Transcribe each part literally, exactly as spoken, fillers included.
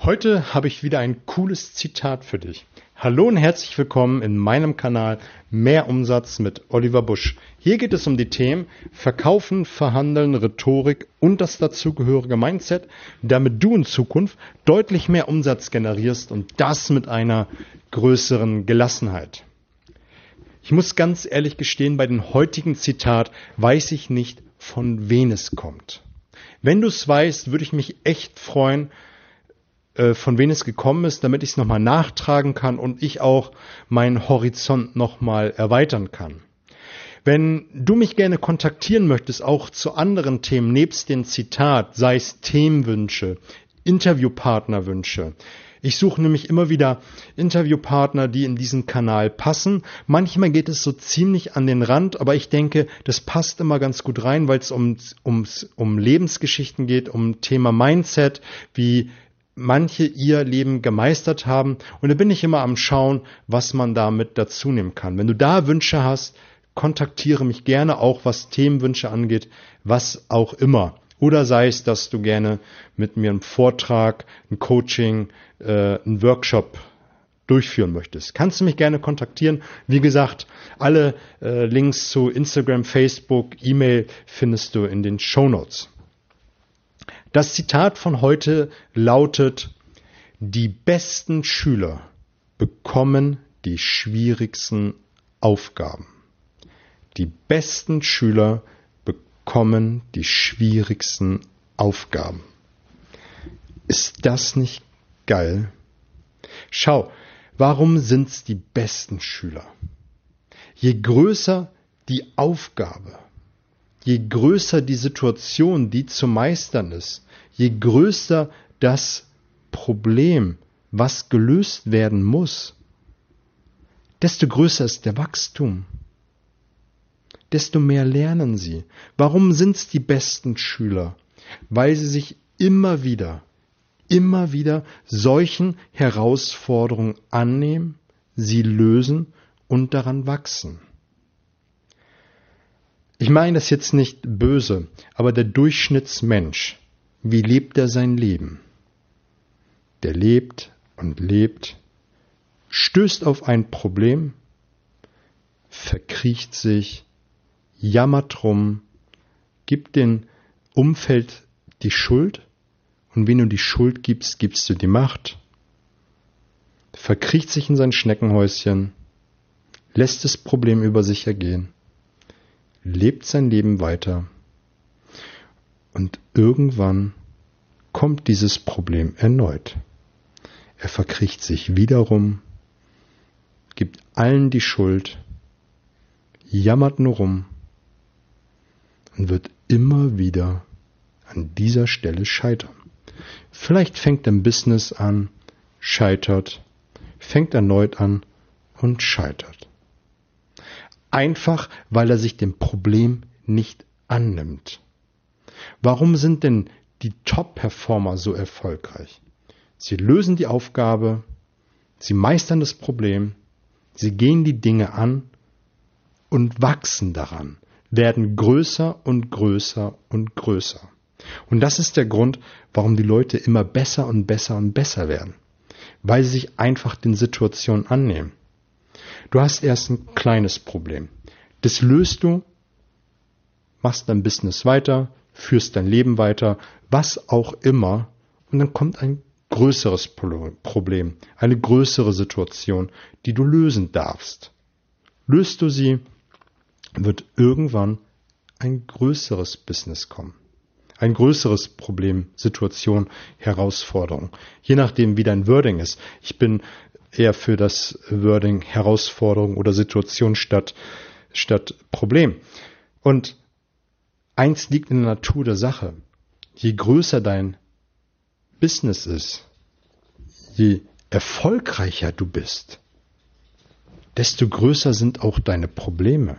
Heute habe ich wieder ein cooles Zitat für dich. Hallo und herzlich willkommen in meinem Kanal Mehr Umsatz mit Oliver Busch. Hier geht es um die Themen Verkaufen, Verhandeln, Rhetorik und das dazugehörige Mindset, damit du in Zukunft deutlich mehr Umsatz generierst und das mit einer größeren Gelassenheit. Ich muss ganz ehrlich gestehen, bei dem heutigen Zitat weiß ich nicht, von wen es kommt. Wenn du es weißt, würde ich mich echt freuen, von wen es gekommen ist, damit ich es nochmal nachtragen kann und ich auch meinen Horizont nochmal erweitern kann. Wenn du mich gerne kontaktieren möchtest, auch zu anderen Themen, nebst dem Zitat, sei es Themenwünsche, Interviewpartnerwünsche. Ich suche nämlich immer wieder Interviewpartner, die in diesen Kanal passen. Manchmal geht es so ziemlich an den Rand, aber ich denke, das passt immer ganz gut rein, weil es um, ums, um Lebensgeschichten geht, um Thema Mindset, wie manche ihr Leben gemeistert haben. Und da bin ich immer am Schauen, was man damit dazu nehmen kann. Wenn du da Wünsche hast, kontaktiere mich gerne, auch was Themenwünsche angeht, was auch immer. Oder sei es, dass du gerne mit mir einen Vortrag, ein Coaching, äh, einen Workshop durchführen möchtest. Kannst du mich gerne kontaktieren. Wie gesagt, alle äh, Links zu Instagram, Facebook, E-Mail findest du in den Shownotes. Das Zitat von heute lautet: Die besten Schüler bekommen die schwierigsten Aufgaben. Die besten Schüler bekommen die schwierigsten Aufgaben. Ist das nicht geil? Schau, warum sind es die besten Schüler? Je größer die Aufgabe, je größer die Situation, die zu meistern ist, je größer das Problem, was gelöst werden muss, desto größer ist der Wachstum, desto mehr lernen sie. Warum sind es die besten Schüler? Weil sie sich immer wieder, immer wieder solchen Herausforderungen annehmen, sie lösen und daran wachsen. Ich meine das jetzt nicht böse, aber der Durchschnittsmensch, wie lebt er sein Leben? Der lebt und lebt, stößt auf ein Problem, verkriecht sich, jammert rum, gibt dem Umfeld die Schuld und wenn du die Schuld gibst, gibst du die Macht, verkriecht sich in sein Schneckenhäuschen, lässt das Problem über sich ergehen, lebt sein Leben weiter und irgendwann kommt dieses Problem erneut. Er verkriecht sich wiederum, gibt allen die Schuld, jammert nur rum und wird immer wieder an dieser Stelle scheitern. Vielleicht fängt er ein Business an, scheitert, fängt erneut an und scheitert. Einfach, weil er sich dem Problem nicht annimmt. Warum sind denn die Top-Performer so erfolgreich? Sie lösen die Aufgabe, sie meistern das Problem, sie gehen die Dinge an und wachsen daran, werden größer und größer und größer. Und das ist der Grund, warum die Leute immer besser und besser und besser werden. Weil sie sich einfach den Situationen annehmen. Du hast erst ein kleines Problem. Das löst du, machst dein Business weiter, führst dein Leben weiter, was auch immer. Und dann kommt ein größeres Problem, eine größere Situation, die du lösen darfst. Löst du sie, wird irgendwann ein größeres Business kommen. Ein größeres Problem, Situation, Herausforderung. Je nachdem, wie dein Wording ist. Ich bin eher für das Wording Herausforderung oder Situation statt, statt Problem. Und eins liegt in der Natur der Sache. Je größer dein Business ist, je erfolgreicher du bist, desto größer sind auch deine Probleme.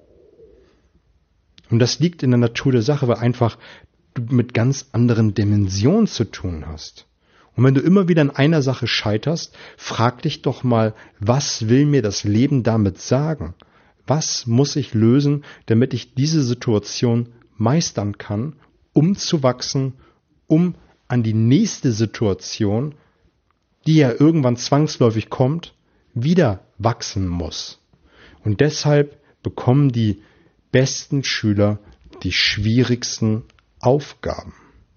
Und das liegt in der Natur der Sache, weil einfach du mit ganz anderen Dimensionen zu tun hast. Und wenn du immer wieder in einer Sache scheiterst, frag dich doch mal, was will mir das Leben damit sagen? Was muss ich lösen, damit ich diese Situation meistern kann, um zu wachsen, um an die nächste Situation die ja irgendwann zwangsläufig kommt, wieder wachsen muss. Und deshalb bekommen die besten Schüler die schwierigsten Aufgaben.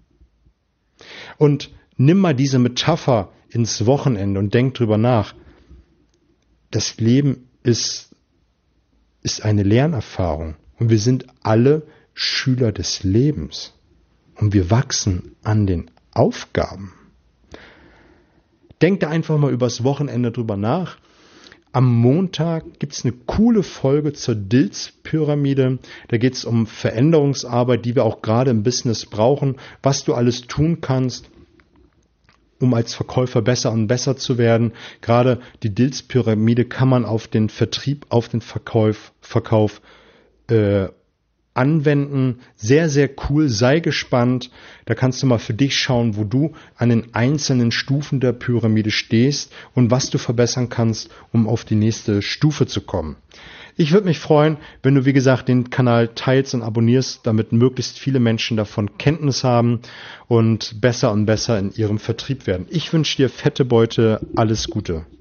Und nimm mal diese Metapher ins Wochenende und denk drüber nach. Das Leben ist, ist eine Lernerfahrung und wir sind alle Schüler des Lebens und wir wachsen an den Aufgaben. Denk da einfach mal übers Wochenende drüber nach. Am Montag gibt's eine coole Folge zur Dilts-Pyramide. Da geht's um Veränderungsarbeit, die wir auch gerade im Business brauchen, was du alles tun kannst, um als Verkäufer besser und besser zu werden. Gerade die Dilts-Pyramide kann man auf den Vertrieb, auf den Verkauf, Verkauf äh, anwenden. Sehr, sehr cool. Sei gespannt. Da kannst du mal für dich schauen, wo du an den einzelnen Stufen der Pyramide stehst und was du verbessern kannst, um auf die nächste Stufe zu kommen. Ich würde mich freuen, wenn du, wie gesagt, den Kanal teilst und abonnierst, damit möglichst viele Menschen davon Kenntnis haben und besser und besser in ihrem Vertrieb werden. Ich wünsche dir fette Beute. Alles Gute.